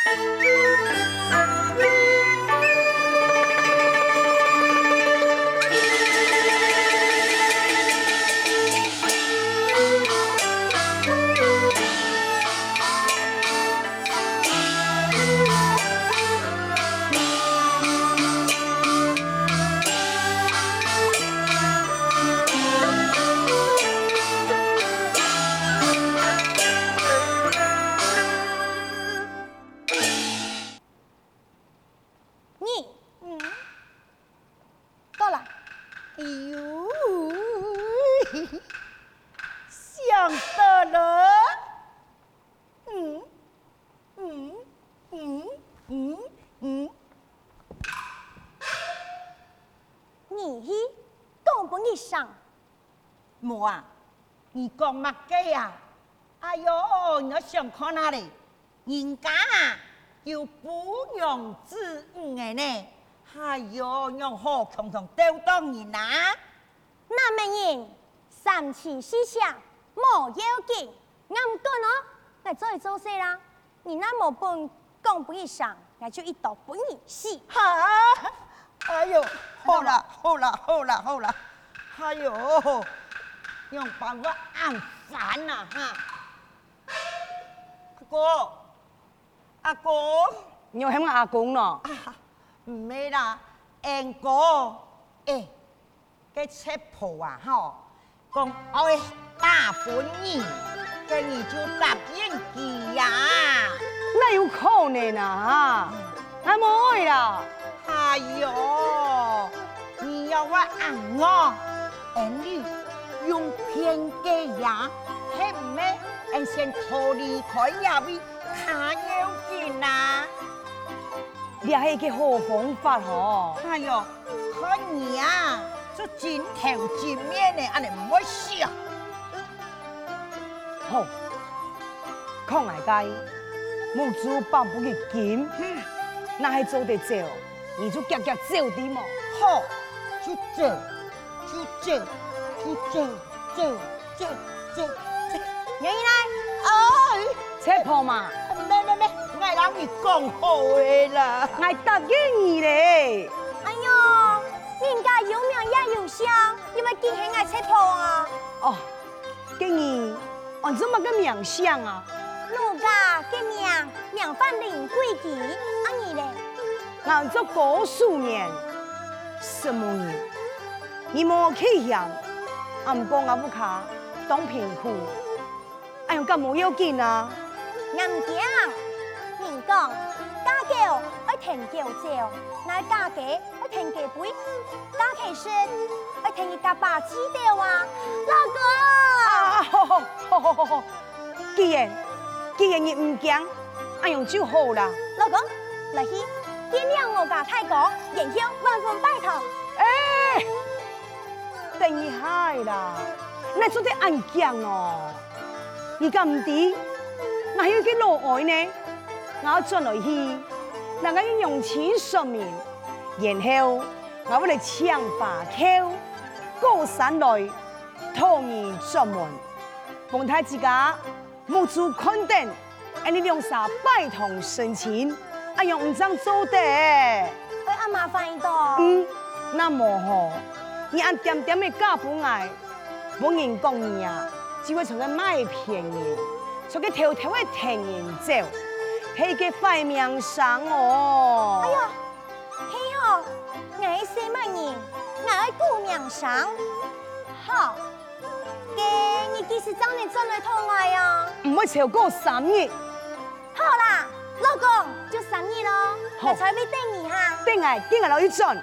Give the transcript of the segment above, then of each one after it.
无啊，你讲乜嘅啊？哎呦，我想看哪里？人家啊，要不用之五嘅呢？哎呦，用好统统丢当人啊！ 那么人三七四想冇要紧，啱讲哦，我做做事啦。你那冇本讲不一上，我就一刀不你死。 哈！哎呦，好啦，好啦，好啦，好啦！哎呦，用把我按烦呐哈！阿哥，阿哥， 你喊我阿公咯？ 唔係啦，英哥，cái xếp phụ à ho, còn ôi ta bốn nhỉ, cái nhỉ chú đạp yên kỳ à? 那有可能啊？还冇会啦。 哎呦，你要我按我，你用偏嘅呀，係唔係？先脱離開呀位，卡要緊啊！ 你係個好方法吼。 哎呦，看你啊！這真頭真面的，安尼唔會笑。 好，抗外界，冇做辦不嘅金，那係做得走，你就夾夾走啲嘛。 好，就走，就走，就走，走，走，走，走。 杨姨奶， 哎， 車婆嘛， 咩，我諗你講好嘅啦， 我答應你咧。 哎呦！人家有名也有相，因為見起愛切破啊！ 哦，竟然按怎麼個名相啊？ 奴家嘅名法令規矩，安尼咧。 按做古數年，什麼年？你冇去想，唔過我不卡當貧苦，哎呦，咁冇要緊啊！ 啱講，人講家教愛聽教教，乃家家。聽幾杯，家其實我聽一家爸知道啊， 老公。好，既然你唔驚，阿用就好啦。 老公，來去見了我家太公，然後萬分拜託。 哎，等一下啦，你做得安講哦，你咁唔知，我要去落愛呢，我轉來去，那個要用錢說明。然後我為你搶把口，過山來，托兒出門，幫他自家冇做肯定，你兩啥拜堂申請，哎呀唔想做得， 我阿麻煩到。 那麼好，你按點點的教不愛，冇人講你啊，只會從個賣騙人，從個偷偷的聽人走，係個壞名聲哦。 哎呀！我係什麼人？我係顧名聲。好，嘅你幾時找你轉來討愛啊？ 唔會超過3日。 好啦，老公就3日咯。我才會等你哈。 等我落去轉。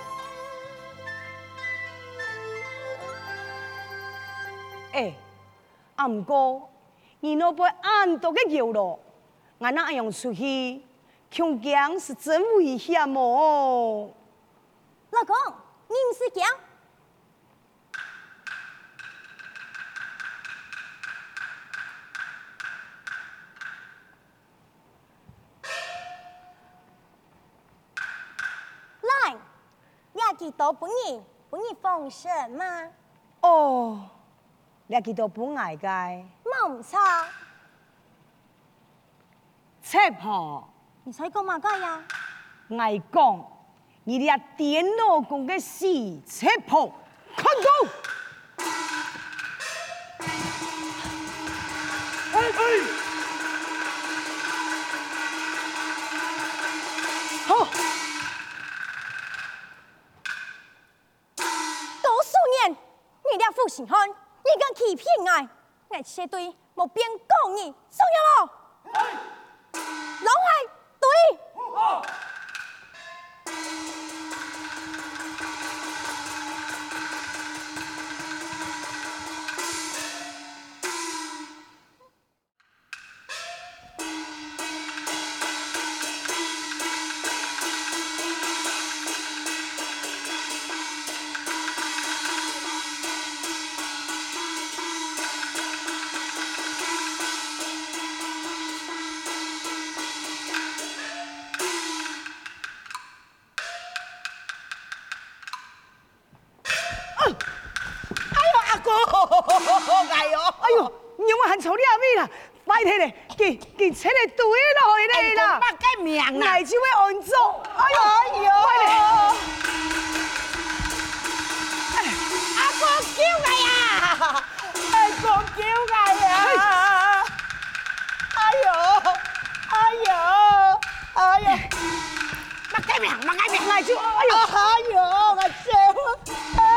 阿唔過，你若不按到嘅橋路，我那樣出去，恐驚是真危險哦。 老公，你唔是驚？來，你幾多本人奉什嗎？ 哦，你幾多本愛嘅？ 冇唔錯。 切婆， 你在讲嘛个呀？ 爱讲，你俩电脑公嘅死车婆，看住！好， 多数年，你俩负心汉，你敢欺骗我？我绝对冇变讲你，收了咯。老海对。 哎呦，你有冇喊臭你阿妹啦？拜托咧，佢车嚟对落去咧啦， 把个命啦！ 挨住要按做。哎呦， 哎呦！ 阿哥救我呀！阿哥救我呀！哎呦！哎呦！哎呦！把个命，把个命， 挨住！哎呦！ 哎呦！我笑！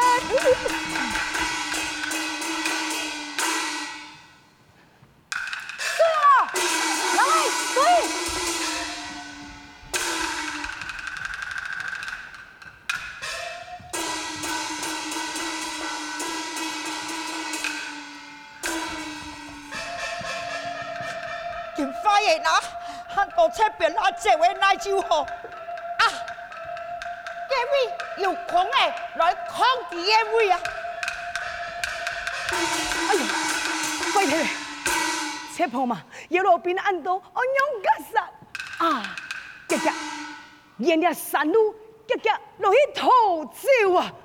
发现啦，喊到这边啦，这位来就好啊！这位有空诶，来抗敌的位啊！ 哎呦，快点！车婆嘛，要路边按到安阳格山啊！吉吉，沿着山路，吉吉落去逃走啊！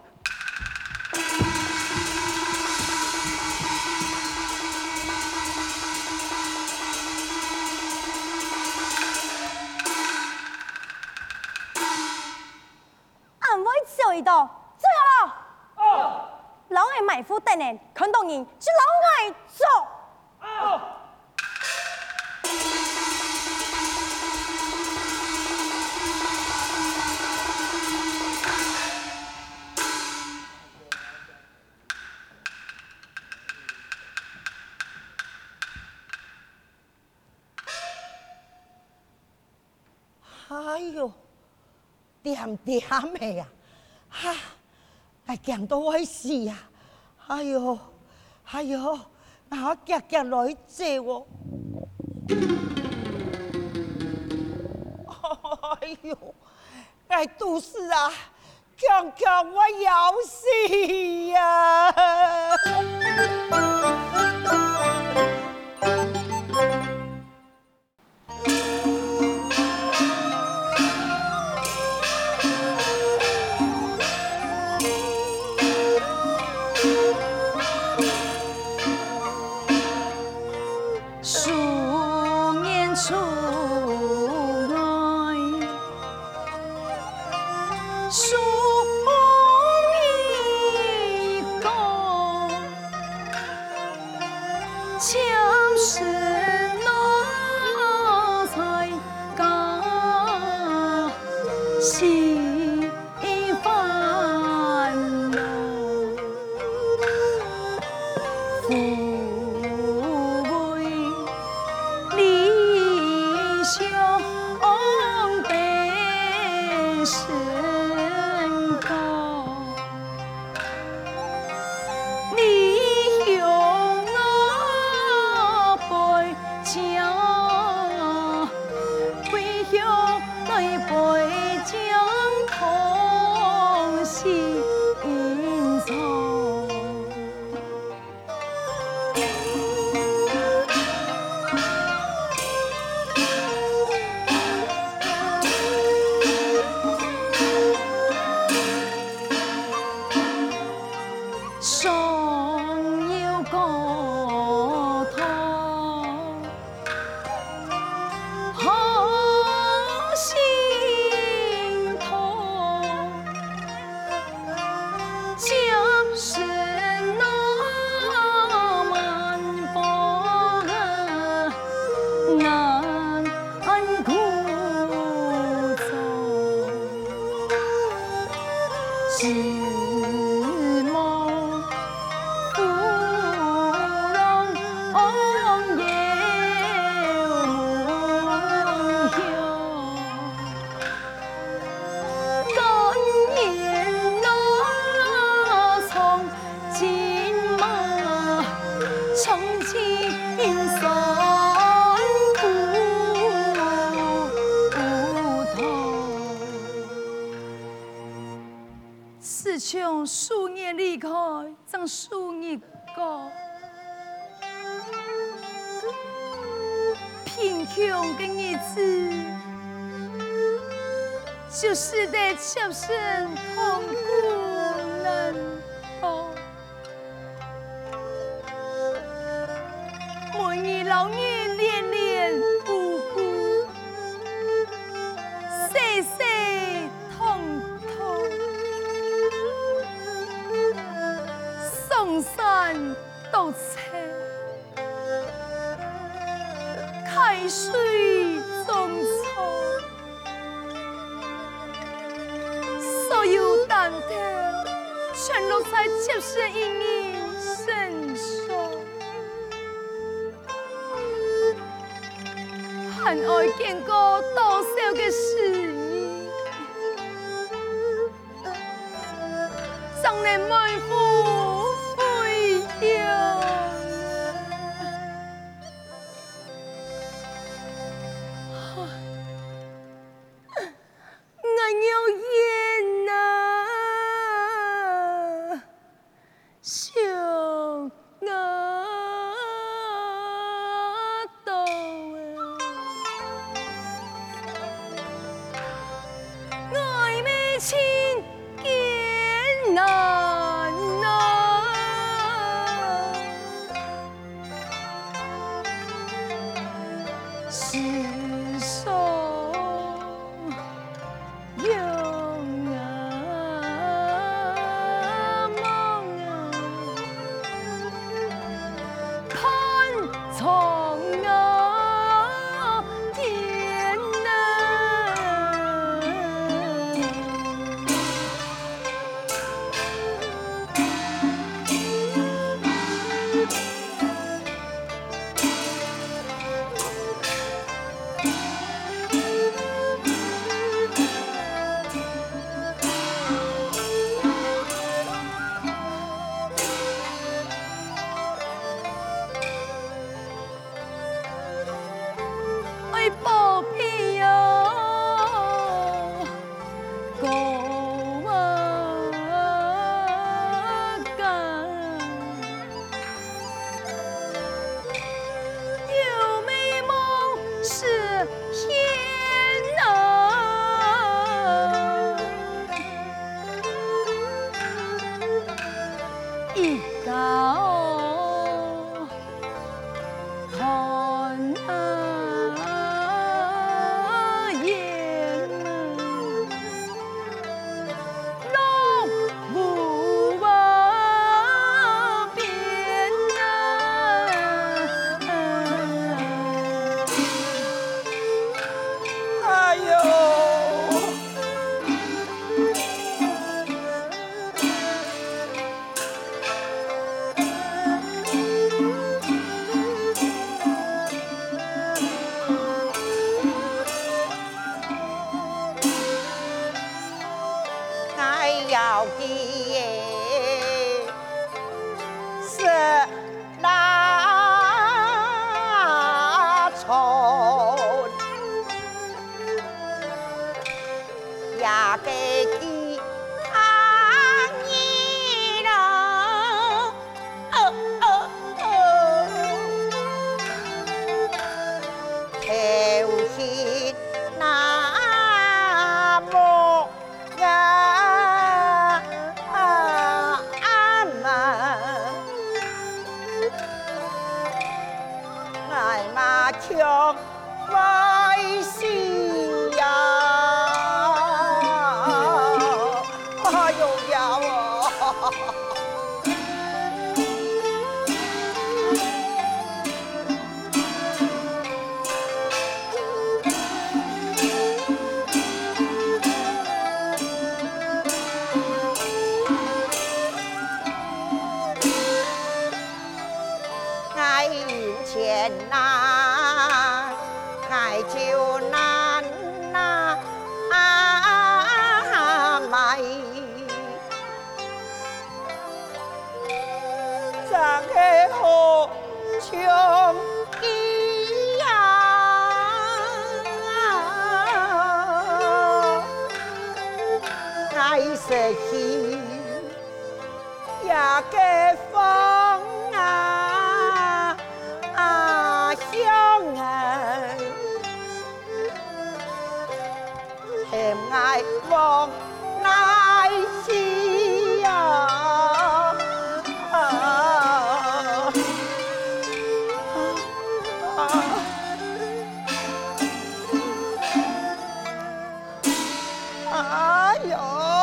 小一道，最好了。哦。老爱埋伏等人，看到人就老爱走。哦。 哎呦，点点的呀！哈，来讲到我死呀！哎呦，哎呦，那我夹夹来接我。哎呦，哎都是啊，强强我要死呀！ 从数年离开，怎数日过？贫穷的日子，就使得切身痛苦难过。每日老人恋恋不顾，岁岁痛痛。上山渡车，开水种草，所有担头全落在接受一人身上。还爱见过多少个事意，让人每副飞扬。我有眼呐，想我到爱妹亲艰难呐，世上有梦盼从天爱保庇哟，高干，有美梦是天呐，一高。 要记是那从呀给记安你了，头起那么呀。爱嘛强为是呀。 爱逝去，也给风啊香啊，偏爱望来时啊。哎呦，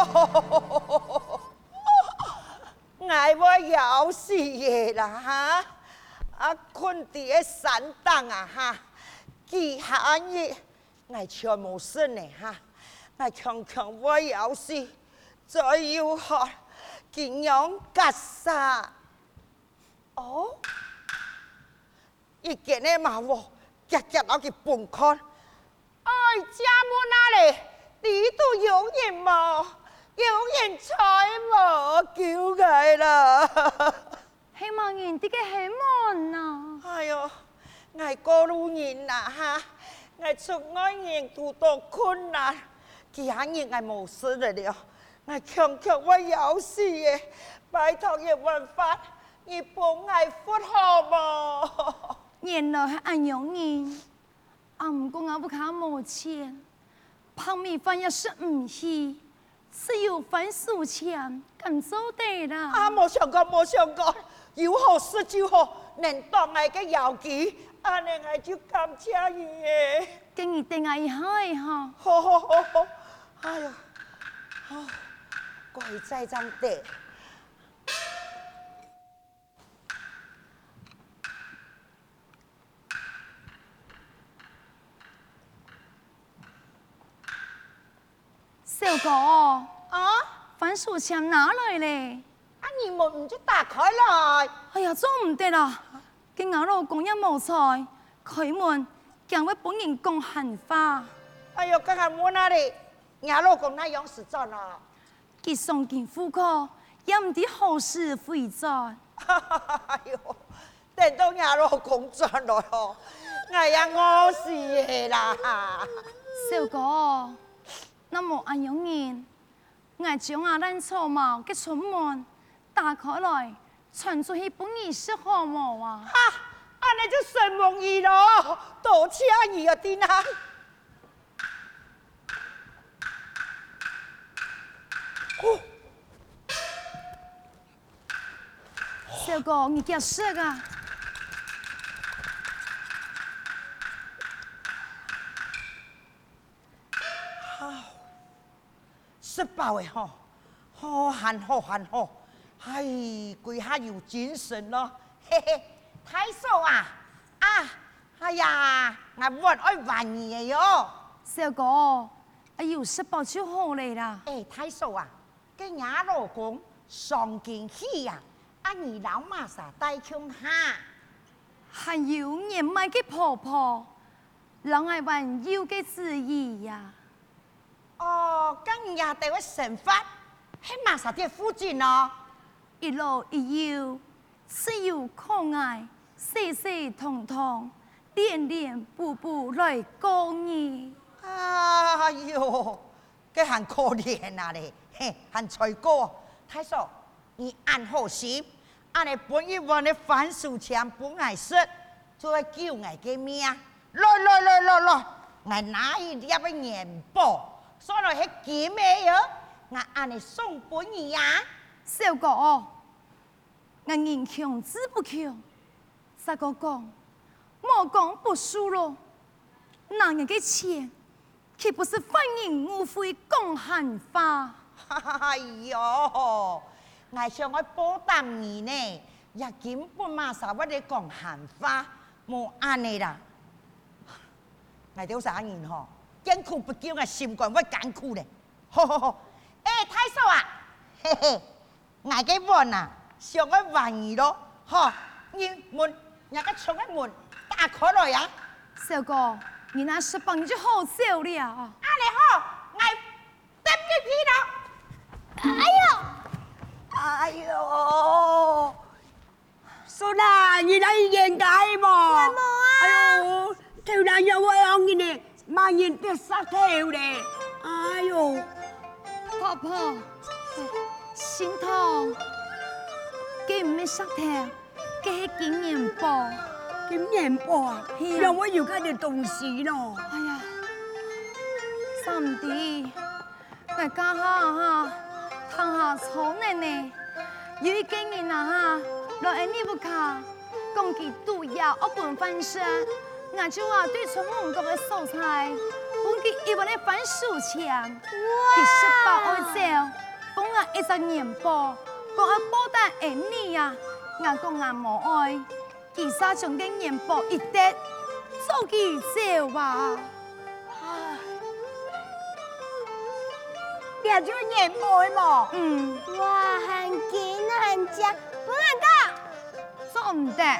我要咬死嘢啦哈！困伫个山洞啊哈，几下日我全无事呢哈，我强强要咬死，再要学见样夹杀。哦，一件的嘛喎，夹夹落去崩开。哎，家母那里？呢度有人冇？有人睬冇叫佢啦！ 希望人哋嘅希望啊！ 哎呦，我過路人啊哈，我出外人遇到困難，其他人我冇事了，我強強我有事嘅，拜託葉雲發，你幫我復好冇？ 原來係安樣人，唔過我不卡冇錢。泡米飯也是唔起，只有番薯錢咁做得啦。 冇想過，冇想過，有好事就好，能當我嘅友記，安尼我就感謝你嘅。 跟你等我一下一下。 好，哎呦，好，怪在張地。 小哥，番薯錢哪來咧？ 你們唔就打開來？ 哎呀，做唔得啦！跟我老公也冇菜，開門驚會本人講閒話。 哎呦，剛才我那裡，我老公那樣是做啦。 佢送件婦科，也唔啲好事回轉。 哎呦，等到我老公轉來哦，我也餓死嘅啦。 小哥。那麼安樣人，我將阿蘭草帽嘅出門打開來，傳出去本意識好冇啊？ 安尼就神夢意咯，多謝你啊，丁啊！ 小哥，你幾識啊？ 18嘅吼，好閒好，唉，跪下有精神咯，嘿嘿，太嫂啊，哎呀，我揾愛玩嘢喲。 小哥，有18就好嚟啦。 太嫂啊，跟我老公上件戲呀，你老媽啥帶腔下？ 還有年邁嘅婆婆，讓我玩有嘅旨意呀。 哦，咁也對我神法，喺馬沙啲附近咯。 一路一遊，自由可愛，細細彤彤，戀戀步步來告你。 哎呦，佢很可憐啊你，嘿，很脆哥。太嫂，你按好心，按你本一碗的番薯錢本來食，就會救我嘅命。來，我拿一粒嘅元寶。所以係幾咩嘢？我按你送本你呀。 小哥，我人窮志不窮，實個講，莫講不輸咯。男人嘅錢，豈不是犯人無悔講閒話？ 哎呦，我想我報答你呢，也根本馬上我哋講閒話，冇按你啦。我屌啥人嗬？艱苦不叫我心肝，我艱苦咧。好，太嫂啊，嘿嘿，我嘅碗啊，上我玩意咯，嗬，你門，人家窗嘅門打開來呀。 小哥，你那18你就好笑了啊！ 你好，我等你去咯。哎呦， 蘇娜，你來現解冇？ 冇啊！ 哎呦，條男又會講嘅呢，萬人別殺條咧。哎呦， 婆婆，心痛，佢唔係石頭，佢係經驗簿。 經驗簿啊，讓我有嗰啲東西咯。 哎呀，三弟，大家哈，躺下草呢，有一個人啊落喺呢屋卡，講佢毒藥惡本翻身，我就話對從蒙國嘅素菜，本佢一般嘅番薯槍，佢10包愛走，幫我一隻年報，講我報答恩你啊，我講我無愛。其實將嘅年報一跌，走佢走吧。 你係做年報麼？ 哇，很勁很正，本人哥， 做唔得，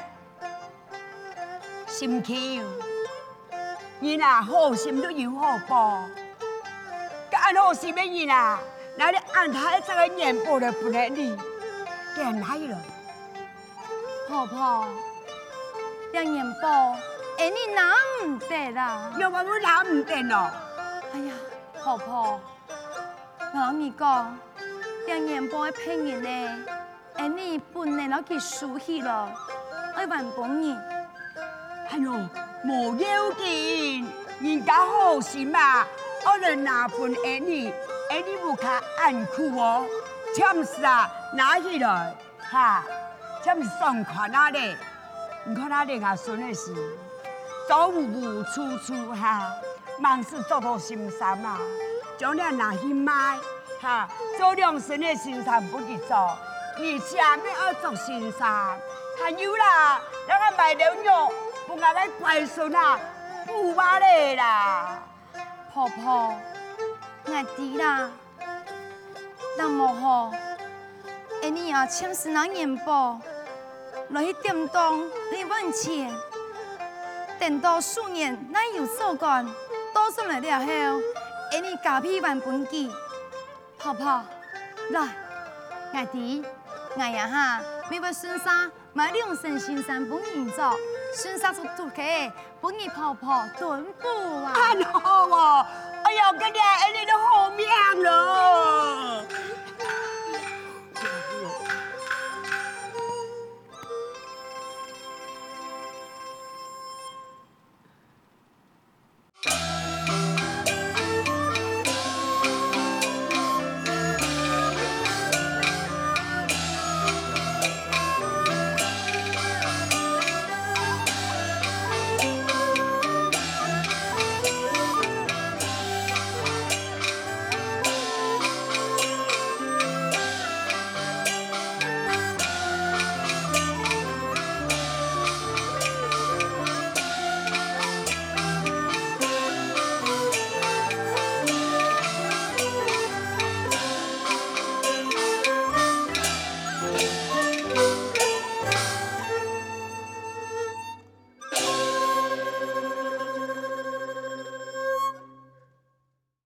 心氣，人啊好心都有好報，個按好心嘅人啊，那你按他一隻個年報就不能你，點來了？ 婆婆，兩年報，你拿唔得啦。 要我們拿唔得咯？ 哎呀，婆婆，我諗你講，兩年報嘅騙人呢，你本來攞佢輸去了，愛還本人。 哎呦，無要緊，人家好心啊，我哋拿份你唔卡按酷哦，참스啊，拿起來，哈，참스爽快啊咧，你看那兩個孫的是，走無處處哈，忙事做到心酸啊，將倆拿去賣，哈，做兩身的心酸不去做，而下面要做心酸，還有啦，那個賣牛肉。不我個乖孫啊，不話咧啦。 婆婆，我知啦，但無好，你啊簽是那年報，落去店當你揾錢，等到數年咱有做乾，多上來了後，你加批還本記。婆婆，來，我知，我呀哈，每位孫生買兩身新衫本人做。孫生做土客，本日婆婆臀部啊！ 很好哦，哎呦，嗰啲